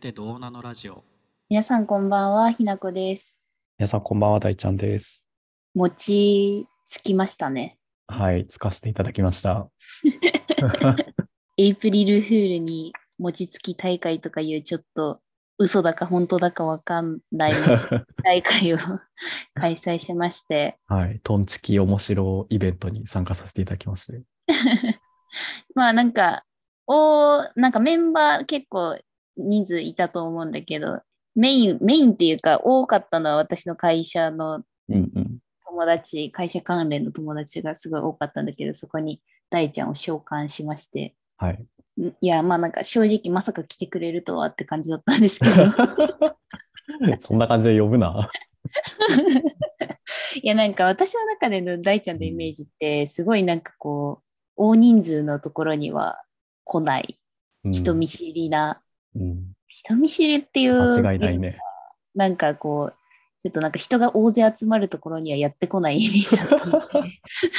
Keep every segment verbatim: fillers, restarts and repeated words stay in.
てどうなのラジオ。 皆さんこんばんは、ひなこです。 皆さんこんばんは、大ちゃんです。 餅つきましたね。 はい、つかせていただきました。 エイプリルフールに餅つき大会とかいうちょっと嘘だか本当だかわかんない餅つき大会を開催しまして。 はい、トンチキ面白イベントに参加させていただきまして。 まあなんか、おなんかメンバー結構人数いたと思うんだけど、メイン、メインっていうか多かったのは私の会社のうんうん。 友達、会社関連の友達がすごい多かったんだけど、そこに大ちゃんを召喚しまして、 はい。 んいや、まあなんか正直まさか来てくれるとはって感じだったんですけど、 そんな感じで呼ぶな。 いやなんか私の中での大ちゃんのイメージって、すごいなんかこう、大人数のところには来ない、 うん、 人見知りな、 うん、 人見知りっていう間違いよりないね。 なんかこう、ちょっとなんか人が大勢集まるところにはやってこないイメージだったので、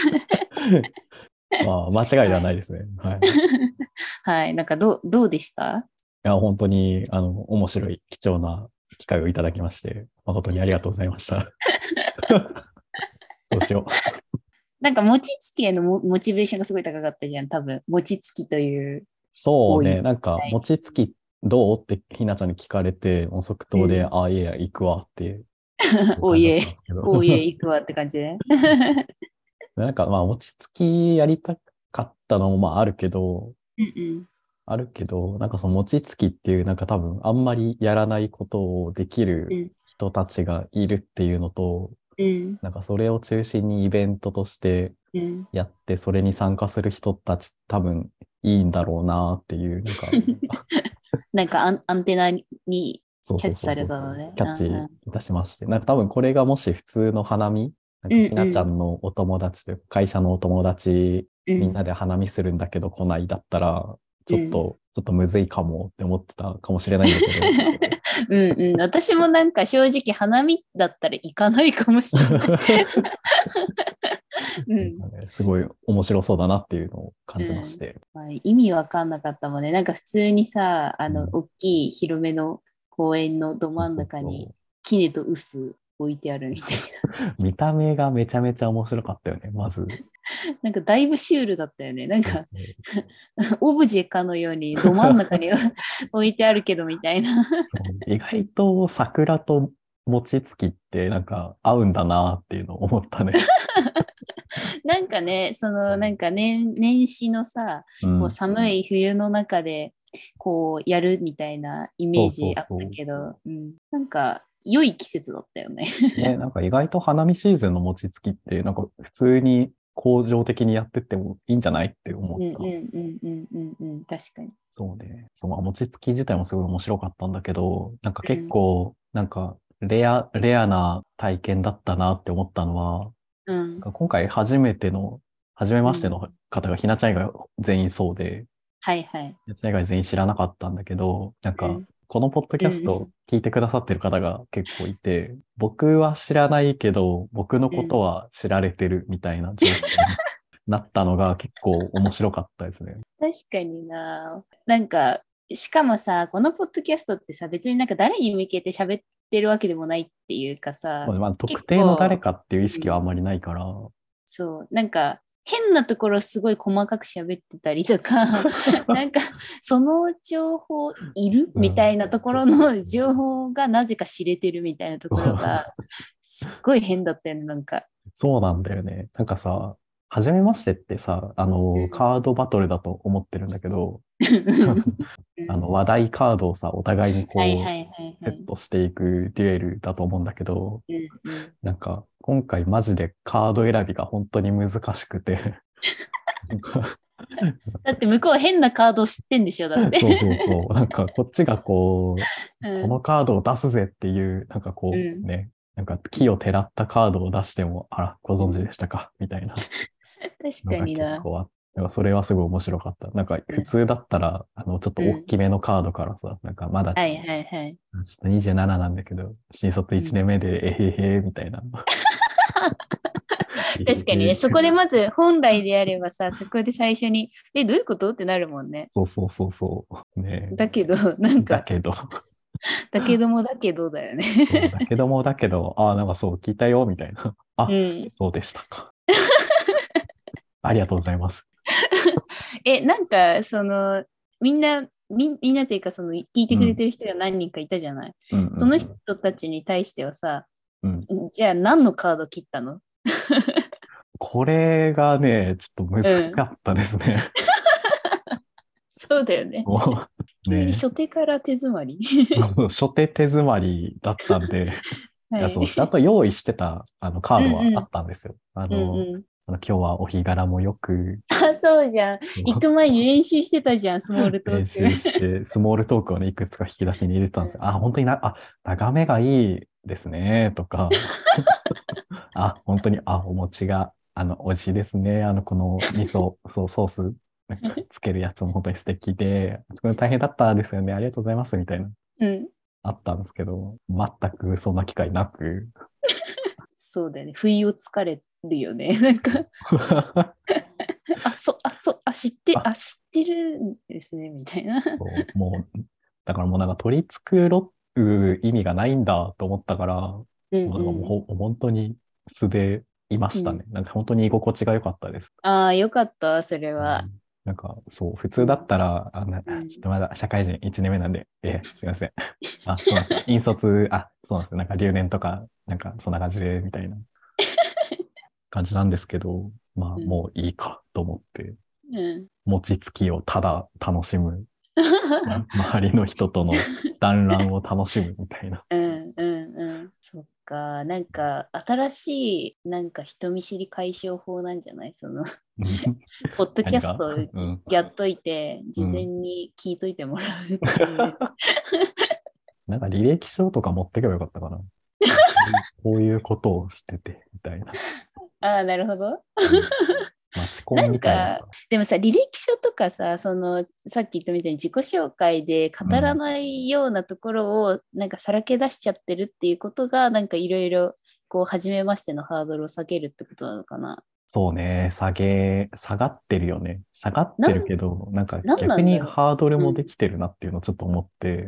まあ、間違いでははい。 ないですね。はい。いはい。なんかどう、どうでした？ や、本当に、あの、面白い、貴重な機会をいただきまして、誠にありがとうございました。どうしよう。 なんか餅つきへのモ、モチベーションがすごい高かったじゃん、多分。餅つきというそうね、 行為自なんか、 体餅つきどうってひなちゃんに聞かれて、もう即答で、 に。 ああ、いえや、行くわっていううん。 感じだっおいえ、 たんですけど。 おいえ、行くわって感じで。 なんかまあ、餅つきやりたかったのもまああるけど、 うんあるけど、なんかその餅つきっていうなんか多分あんまりやらないことをできるうん。 人たちがいるっていうのと、 うん。 なんかそれを中心にイベントとしてうん。 やって、それに参加する人たち多分いいんだろうなっていう、なんか、 なんかアン、アンテナにそうそうキャッチされそうそうそう、 たのね。 キャッチうんうん。 いたしまして、なんか多分これがもし普通の花見、なんうかひなちゃんんのお友達というか会社のお友達、みんうん。 なで花見するんだけど来ないだったら、ちうん。 ょっと、ちょっとむずいかもって思ってたかもしれないんだけど、 うんうん。私もなんか正直花見だったら行かないかもしれない。うん。 なんかね、すごい面白そうだなっていうのを感うん。 じまして。 まあ、意味わかんなかったもんね。なんか普通にさ、あの、 うん、 大きい広めの公園のど真んそうそう中にそ杵と臼置いてあるみたいう。見た目がめちゃめちゃ面白かったよね、まず。 な。なんかだいぶシュールだったよね。なんかそうそう。 オブジェかのようにど真ん中に置いてあるけどみたいな。 そう意外と桜と餅つきってなんか合うんだなっていうのを思ったね。 なんかね、そのなんか年、年始のさ、こううん。 寒い冬の中でこうやるみたいなイメーそうそジあったうそけど、うん、なんか良い季節だったよね。 う。ね、なんか意外と花見シーズンの餅つきって、なんか普通に恒常的にやってってもいいんじゃないって思うんうった。 んうんうんうんうん、確かに。 そうね。そう、まあ餅つき自体もすごい面白かったんだけど、なんか結うん、 構、なんかレア、レアな体験だったなって思ったのは、 うん、 なんか今回初めての、初めうん。 ましての方がひなちゃん以外全員そうで、 はいはい。 ひなちゃん以外全員知らなかったんだけど、なんか、 うん、 このポッドキャストうん、 聞いてくださってる方が結構いて、僕は知らないけど、僕のうん。 ことは知られてるみたいな状況になったのが結構面白かったですね。 確かにな。なんか、しかもさ、このポッドキャストってさ、別になんか誰に向けて喋ってるわけでもないっていうかさ、 まあ、まあ特結定の誰構、 かっていう意うん、 識はあんまりないから、 そう、なんか、変なところすごい細かく喋ってたりとか、なんか、その情報いるうん。 みたいなところそうそうの情報がなぜか知れてるみたいなとそう。 ころが、すっごい変だったよね、なんか。 そうなんだよね。なんかさ、初めましてってさ、あの、 うん。 カードバトルだと思ってるんだけど、 うあの、 ん。 話題カードをさ、お互いにこう、 はいはいはいはい。 セットしていくデュエルだと思うんだけど、 うんうん。 なんか、今回マジでカード選びが本当に難しくて、なんかだって向こう変なカード知ってんでしょ、だって。 そうそうそう、なんかこっちがこう、 うこのん。 カードを出すぜっていう、なんかうん。 こうね、なんか木をてらったカードを出しても、あら、ご存知うん。 でしたかみたいな確かのがにな。 結構あって、なんかそれはすごい面白かった。なんかうん。 普通だったら、あの、ちょっと大うん。 きめのカードからさ、なんかまだちょっはいはいはい。 と、ちょっとにじゅうななななんだけど、新卒1 うん。 年目で、えへへ、みたいな。えへ確かにね、そこでへ。 まず本来であればさ、そこで最初に、え、どういうことってなるもんね。 そうそうそうそう。ねだけど、なんだか、 けど。 だけどもだけどだよね。 そうだけども、だけど、ああ、なんかそう聞いたよ、みたいな。あ、 うん。 そうでしたか。ありがとうございます。 え、なんか、その、みんな、み、みんなっていうか、その、聞いてくれうん。 てる人が何人かいたじゃない。 うんそのうん人たちに対してはさ、 うん。うん。 じゃあ何のカード切ったの？ これがね、ちょっと難うん。 かったですね。 そうだよね。 もう、 急にね、 初手から手詰まり。 初手手詰まりだったんで、いや、 はい。 そう、ちゃんと用意してたあのカードはあうんうん。 ったんですよ。あうんの、 うん。 あの今日はお日柄もよく、 あ、そうじゃん。行く前に練習してたじゃん、スモールトーク。 練習して、スモールトークをね、いくつか引き出しに入れてたんですよ。あ、本当にな、あ、眺めがいいですね、とか、あ、本当に、あ、お餅が、あの、美味しいですね。あの、この味噌、そう、ソース、なんかつけるやつも本当に素敵で、これ大変だったですよね。ありがとうございます、みたいな、 うん。 あったんですけど、全くそんな機会なく、 そうだよね。不意をつかれるよね。なんか、あ、そ、あ、そ、あ、知って、 あ、 あ、知ってるんですね、みたいな。 そう、もう、だからもうなんか取り繕う意味がないんだと思ったから、もうんうなんかもううん。 ほ本当に素でいまうん。 したね。なんか本当に居心地が良かったです。 ああ、よかった、それは。 うん、なんかそう、普うん。 通だったら、あ、な、ちょうん。 っとまだ社会人いちねんめなんで、えー、すいません。あ、そうなんです。引率、あ、そうなんですよ。なんか留年とか、なんかそんな感じで、みたいな感じなんですけど、まあうん。 もういいかと思って、 うん。 餅つきをただ楽しむ、ま周りの人との団らんを楽しむみたいな。 うんうんうん。そっか。なんか、新しい、なんか人見知り解消法なんじゃない？その、ポッドキ何がャストうん。 やっといて、事前うん。 に聞いといてもらうっていう。 なんか履歴書とか持ってけばよかったかな。こういうことをしてて、みたいな。 ああ、なるほど。 うん、マチコなんンみたいなか、 さ。 でもさ、履歴書とかさ、その、さっき言ったみたいに自己紹介で語らうん。 ないようなところを、なんかさらけ出しちゃってるっていうことが、なんかいろいろ、こう、初めましてのハードルを下げるってことなのかな。 そうね。下げ、下がってるよね。下がってるなん、 けど、なんかなんな逆にんだろハードルう。うん、 もできてるなっていうのをちょっと思って、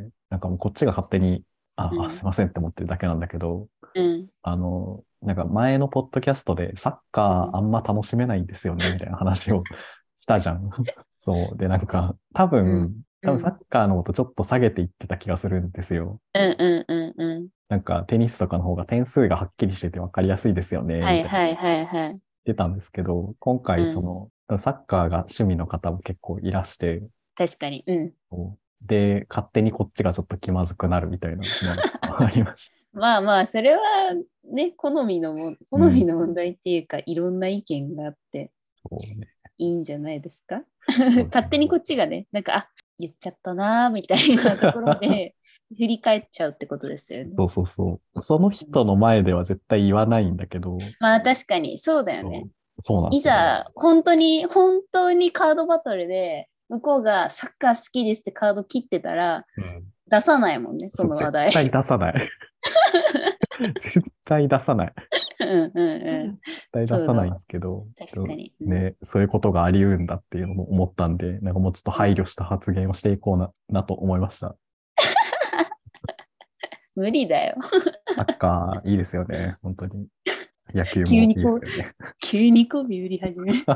なんかもうこっちが勝手に、あ、あ、すうん、 いませんって思ってるだけなんだけど、 うん、 あの、なんか前のポッドキャストでサッうん、 カーあんま楽しめないんですよね、みたいな話をしたじゃん。そう。で、なんか、多うん、 分、多分サうん、 ッカーのことちょっと下げていってた気がするんですよ。 うん、うん、うん。うん。 なんかテニスとかの方が点数がはっきりしてて分かりやすいですよね、 はいみたいなはいはいはい。 言ってたんですけど、今うん、 回その、サッカーが趣味の方も結構いらして、 確かに。うん。 そうで、勝手にこっちがちょっと気まずくなるみたいなのはちょっとありました。 まあまあ、それはね、好みのもん、好うん。 みの問題っていうか、いろんな意見があって、 そうね。 いいんじゃないですか？ そうですね。 勝手にこっちがね、なんか、あ、言っちゃったなーみたいなところで振り返っちゃうってことですよね。 そうそうそう。そのうん。 人の前では絶対言わないんだけど、 まあ確かに、そうだよね。 そう、そうなんですよ。 いざ、本当に、本当にカードバトルで、向こうがサッカー好きですってカード切ってたら、 うん。 出さないもんね、そそう、 の話絶対題。 出さない。絶対出さない。絶うんうんうん。 対出さないんでそうだわ。 すけど、 確かに。うん。 ね、そういうことがあり得るんだっていうのも思ったんで、なんかもうちょっとうん。 配慮した発言をしていこうな、なと思いました。 無理だよ。 サッカーいいですよね。本当に。野球もいいで急にこう、 すよね。 急にこび売り始める。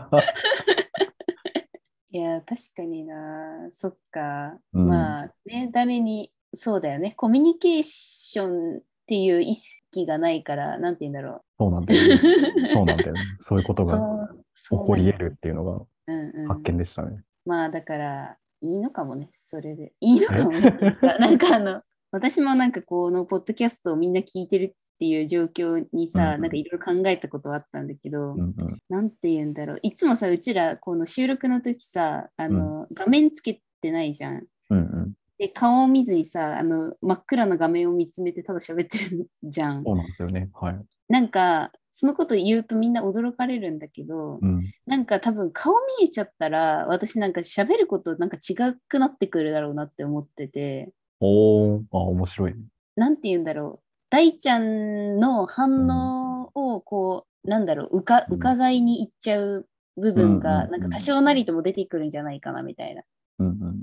いや、確かにな。そっか。 うん。 まあね、誰に、そうだよね。コミュニケーションっていう意識がないから、なんて言うんだろそうなんう。 だよね。そうなんだよね。そういうことそがう、 起そうなる。 こり得るっていうのがうんう発ん。 見でしたね。 まあだから、いいのかもね、それで。いいのえかもねっていうか、なんかあの、私もなんかこのポッドキャストをみんな聞いてるっていう状況にさ、なんかうんいろいろ考えたことはあったんだけど、 うんうんなんて言うんだろう。いつもさ、うちら、この収録の時さ、あうんの、画面つけてないじゃん。 うんうんで、顔を見ずにさ、あの、真っ暗な画面を見つめてただ喋ってるじゃん。 そうなんですよね。はい。 なんか、そのこと言うとみんな驚かれるんだけど、 うん。 なんか多分顔見えちゃったら、私なんか喋ることなんか違くなってくるだろうなって思ってて、 おー、あ、面白い。 なんて言うんだろう。大ちゃんの反うん。 応をこう、なんだろう、うか、 うん。 伺いに行っちゃう部うん分が、なんか多うんうん少なりとも出てくるんじゃないかなみたいな。 うんうんうん。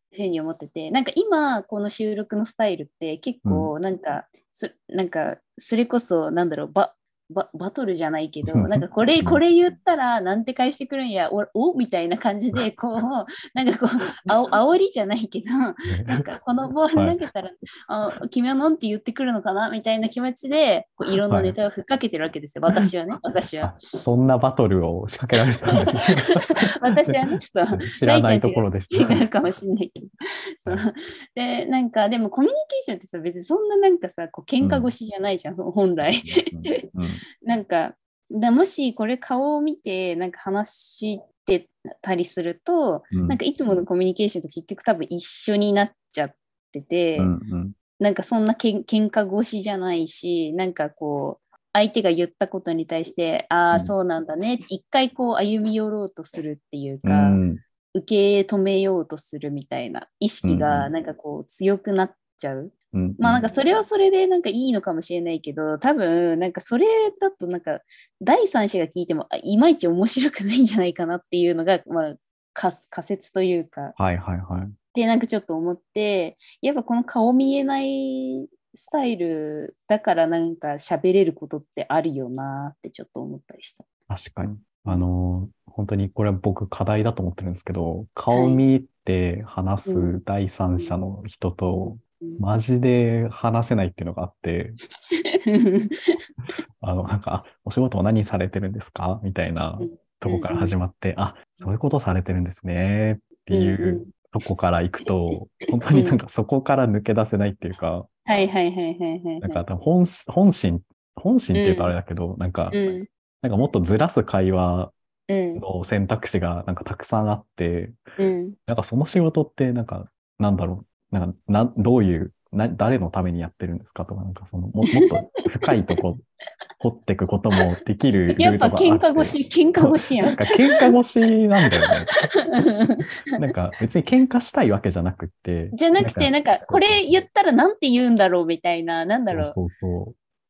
ふうに思ってて、なんか今この収録のスタイルって結構なんか、そなんかそれこそなんだろうバババトルじゃないけど、なんかこれこれ言ったらなんて返してくるんや、おおみたいな感じでこうなんかこうあお煽りじゃないけど、なんかこのボール投げたら、はい、あ君はなんて言ってくるのかなみたいな気持ちでこういろんなネタをふっかけてるわけですよ、はい、私はね私はそんなバトルを仕掛けられたんですね。 私はね、そう知らないところでした。 違うかもしれないけど。そうで、なんか、でもコミュニケーションってさ、別にそんななんかさ、こう喧嘩越しじゃないじゃん、うん、本来。うんうん、なんか、だもしこれ顔を見て、なんか話してたりすると、うん、なんかいつものコミュニケーションと結局多分一緒になっちゃってて、うんうん、なんかそんなけん喧嘩越しじゃないし、なんかこう、相手が言ったことに対して、ああ、うん、そうなんだねって一回こう歩み寄ろうとするっていうか、うん、受け止めようとするみたいな意識がなんかこう強くなっちゃう。うんうん、まあなんかそれはそれでなんかいいのかもしれないけど、多分なんかそれだとなんか第三者が聞いてもいまいち面白くないんじゃないかなっていうのが、まあ、仮説というか。 はいはいはい。 でなんかちょっと思って、やっぱこの顔見えないスタイルだからなんか喋れることってあるよなってちょっと思ったりした。 確かに。あの、本当にこれは僕課題だと思ってるんですけど、顔見て話す第三者の人と、マジで話せないっていうのがあって、あの、なんか、お仕事は何されてるんですかみたいなとこから始まって、あ、そういうことされてるんですねっていうとこから行くと、本当になんかそこから抜け出せないっていうか、 はいはいはいはいはい。 なんか本、本心、本心って言うとあれだけど、なんか、なんかもっとずらす会話の選択肢がなんかたくさんあって、なんかその仕事ってなんか、なんだろう、なんかな、どういう、な、誰のためにやってるんですかとか、なんかそのも、もっと深いとこ、掘っていくこともできるルートがあって。 やっぱ喧嘩越し、喧嘩越しやん。 なんか喧嘩越しなんだよね。なんか別に喧嘩したいわけじゃなくて。 じゃなくて、なんかこれ言ったらなんて言うんだろうみたいな、なんだろう。 そうそう。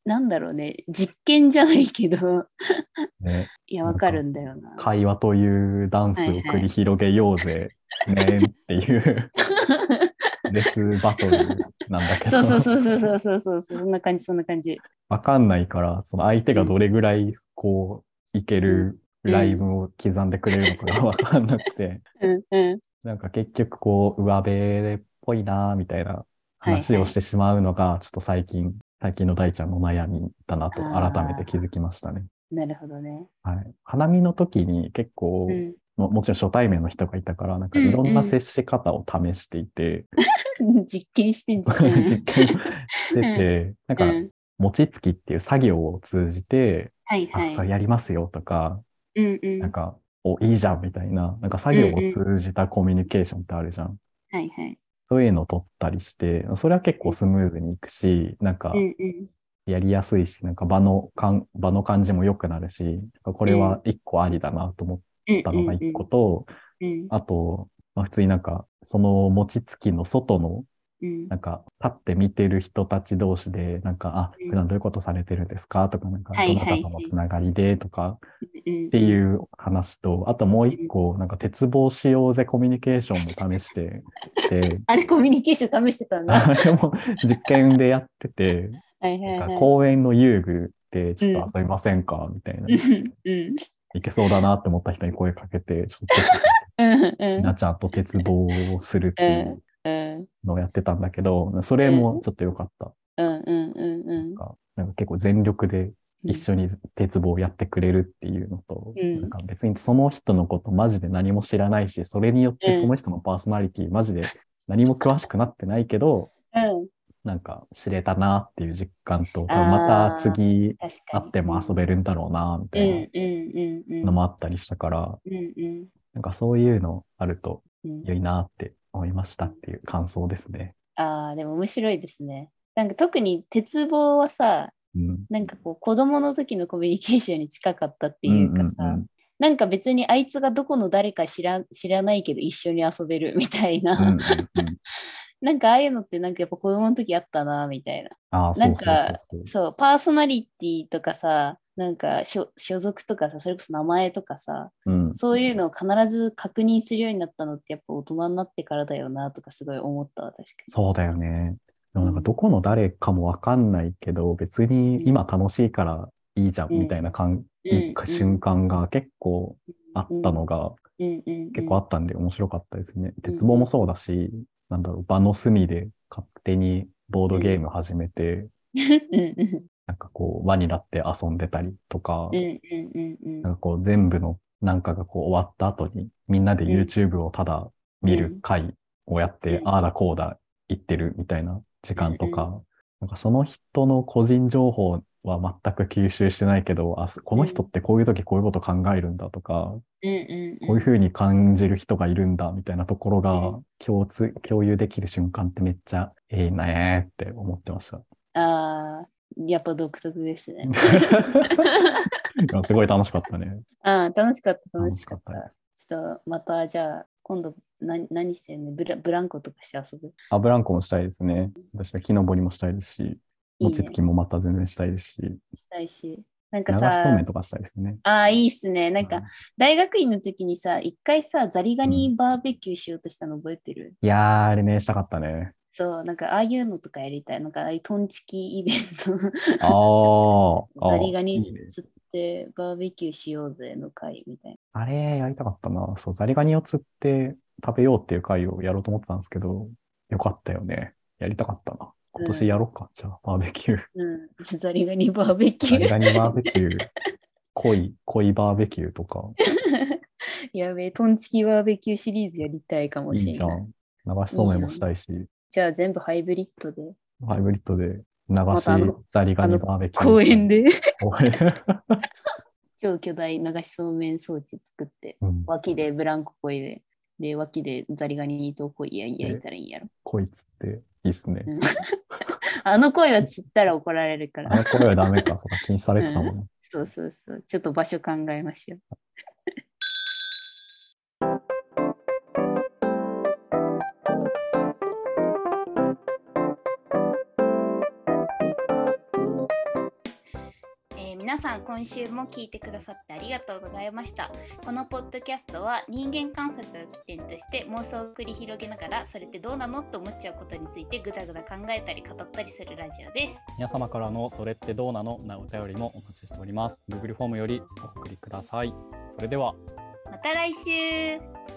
なんだろうね、実験じゃないけど、ね、いや、わかるんだよな。 会話というダンスを繰り広げようぜ、はいはい、ねっていうレスバトルなんだけど。 そうそうそうそうそうそう、そんな感じ、そんな感じ。 わかんないから、その相手がどれぐらいこう、いけるライブを刻んでくれるのかがわかんなくて、うんうん、なんか結局こう、上辺っぽいなみたいな話をしてしまうのが、ちょっと最近、最近の大ちゃんの悩みだなと改めて気づきましたね。 なるほどね。 はい。花見の時に結構、うん、も, もちろん初対面の人がいたから、なんかいろんな接し方を試していて。 うんうん、実験してんじゃん。 実験してて、うん、なんか、うん、餅つきっていう作業を通じて、はいはい、あ、それやりますよとか、うんうん、なんか、お、いいじゃんみたいな、なんか作業を通じたコミュニケーションってあるじゃん。うんうん、はいはい。そういうのを取ったりして、それは結構スムーズにいくし、なんか、うんうんやりやすいし、なんか場のかん、場の感じも良くなるし、これは一個ありだなと思ったのが一個と、うんうんうん、あと、まあ、普通になんか、その餅つきの外の、なんか、立って見てる人たち同士で、なんか、あ、普段どういうことされてるんですかとか、なんか、どなたとのつながりでとか、っていう話と、あともう一個、なんか、鉄棒しようぜコミュニケーションも試してて、 あれコミュニケーション試してたんだ。 あれも実験でやってて、はいはいはい、なんか公園の遊具でちょっと遊びませんか、うん、みたいな、うん。いけそうだなって思った人に声かけて、ちょっと、ひなちゃんと鉄棒をするっていうのをやってたんだけど、それもちょっと良かった。なんか結構全力で一緒に鉄棒をやってくれるっていうのと、うん、なんか別にその人のことマジで何も知らないし、それによってその人のパーソナリティマジで何も詳しくなってないけど、うんなんか知れたなっていう実感と、また次会っても遊べるんだろうな、みたいなのもあったりしたから、なんかそういうのあると良いなって思いましたっていう感想ですね。 ああ、でも面白いですね。なんか特に鉄棒はさ、うん、なんかこう子供の時のコミュニケーションに近かったっていうかさ、うんうんうん、なんか別にあいつがどこの誰か知ら、知らないけど一緒に遊べるみたいな。うんうんうんなんかああいうのってなんかやっぱ子供の時あったな、みたいな。 ああ、 なんそうそうそうか、 そう。 そう、パーソナリティとかさ、なんか所、所属とかさ、それこそ名前とかさ、 うん。 そういうのを必ず確認するようになったのってやっぱ大人になってからだよなとかすごい思ったわ、確かそうだよね。でもなんかに。 どこの誰かもわかんないけど、別にうん、 今楽しいからいいじゃんうん、 みたいな感、 うん、うん、 瞬間が結構あっうん、 たのがうん、うん、うん、 結構あったんで面白かったですね。 うん、 鉄棒もそうだし、なんだろう、場の隅で勝手にボードゲーム始めて、 うん、 なんかこう輪になって遊んでたりとか、 うん、うん、うん、うん、 なんかこう全部のなんかがこう終わった後にみんなでうん、 YouTube をただ見るうん、 会をやって、 うん、 ああだこうだ言ってるみたいな時うん、うん、 間とか、なんかその人の個人情報は全く吸収してないけど、あ、この人ってこういう時こういうこと考えるんだとか、 うん、 こういうふうに感じる人がいるんだみたいなところうん。 が共通、共有できる瞬間ってめっちゃいいねーって思ってました。 ああ、やっぱ独特ですね。 いやすごい楽しかったね。 ああ、楽しかった、楽楽しかった。 しかったです。 ちょっとまたじゃあ、今度何、何してるのブラ、ブランコとかして遊ぶ？ あ、ブランコもしたいですね。私は木登りもしたいですし、 いいね。 餅つきもまた全然したいですし、 したいし。なんか流しそうめさ、 んとかしたいですね。 ああ、いいっすね。なんか、 うん、 大学院の時にさ、一回さ、ザリガうん、 ニバーベキューしようとしたの覚えてる？ いやー、あれね、したかったね。 そう、なんか、ああいうのとかやりたい。なんか、ああいうトンチキイベント。 あー、 ザあー、 リガニいいね。 釣ってバーベキューしようぜの会みたいあれ、やりたかったな。そう、ザリガニを釣って食べようっていう会をやろうと思ってたんですけど、よかったよね。やりたかったな。今な。 年やろうか。じゃあ、バーベキュー。 うん、うん。ザリガニバーベキザュー。 リガニバーベキュー、恋、恋バーベキューとか、 やべえ、トンチキバーベキューシリーズやりたいかもしれない。 いいじゃん。流しそうめんいいじゃん。 もしたいし、 じゃあ全部ハイブリッドで。 ハイブリッドで流しまたあの、 ザリガあのニバーベキューの会。 公園で公園超巨大流しそうめん装置作って、 うん。 脇でブランコこいで、で、脇でザリガニとこい焼いで、 たらいいやろ。 こいつっていいっすね。 うん、あの声は釣ったら怒られるから。 あの声はダメか、そうか、禁止されてたうん、 もんね。 そうそうそう。ちょっと場所考えましょう。えー皆さん今週も聞いてくださってありがとうございました。このポッドキャストは人間観察を起点として妄想を繰り広げながら、それってどうなのと思っちゃうことについてぐだぐだ考えたり語ったりするラジオです。 皆様からのそれってどうなのなお便りもお待ちしております。Google フォームよりお送りください。それでは。 また来週。